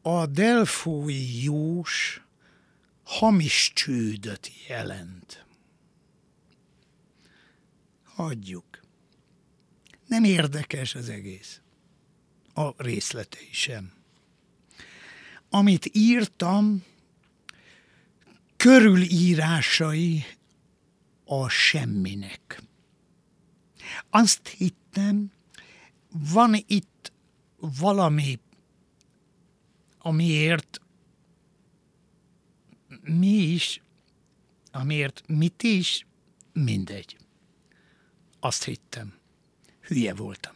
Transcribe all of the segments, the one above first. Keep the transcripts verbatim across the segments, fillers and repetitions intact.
A delfói jós hamis csődöt jelent. Hagyjuk. Nem érdekes az egész. A részletei sem. Amit írtam, körülírásai a semminek. Azt hittem, van itt valami, amiért mi is, amiért mit is, mindegy. Azt hittem. Hülye voltam.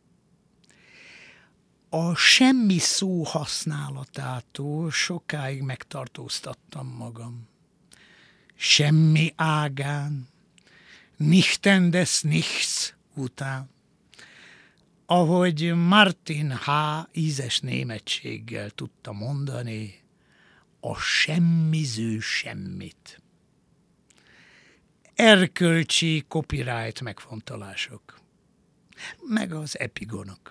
A semmi szó használatától sokáig megtartóztattam magam. Semmi ágán, nichten des nichts után, ahogy Martin H. ízes németséggel tudta mondani, a semmiző semmit. Erkölcsi copyright megfontolások, meg az epigonok.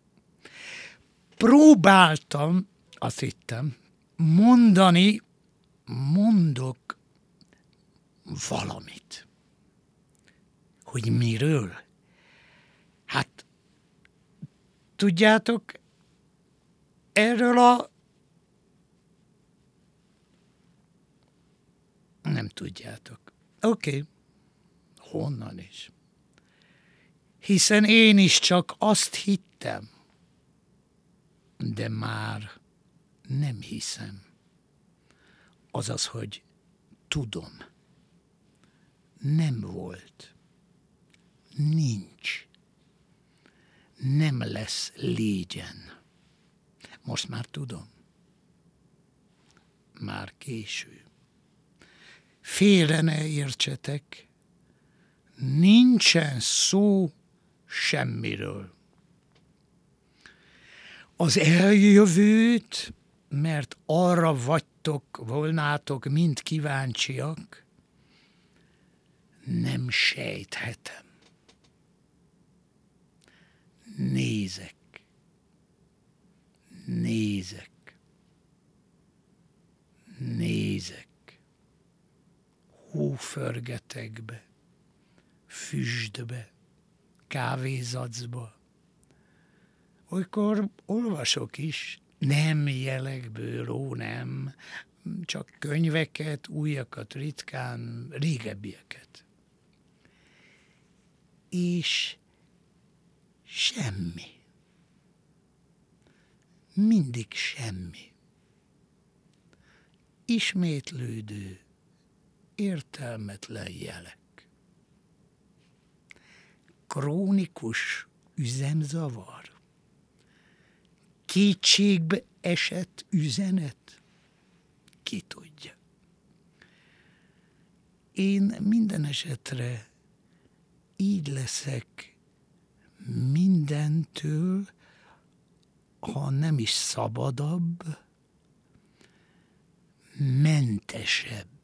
Próbáltam, azt hittem, mondani, mondok valamit. Hogy miről? Hát, tudjátok, erről a... Nem tudjátok. Oké. Okay. Honnan is? Hiszen én is csak azt hittem, de már nem hiszem. Azaz, hogy tudom. Nem volt. Nincs. Nem lesz légyen. Most már tudom. Már késő. Félre ne értsetek. Nincsen szó semmiről. Az eljövőt, mert arra vagytok, volnátok mind kíváncsiak, nem sejthetem. Nézek, nézek, nézek, hóförgetekbe, füstbe, kávézacba. Olykor olvasok is, nem jelekből, ó nem, csak könyveket, újakat, ritkán, régebbieket. És semmi. Mindig semmi. Ismétlődő, értelmetlen jelek. Krónikus üzemzavar. Kétségbe esett üzenet? Ki tudja. Én minden esetre így leszek mindentől, ha nem is szabadabb, mentesebb.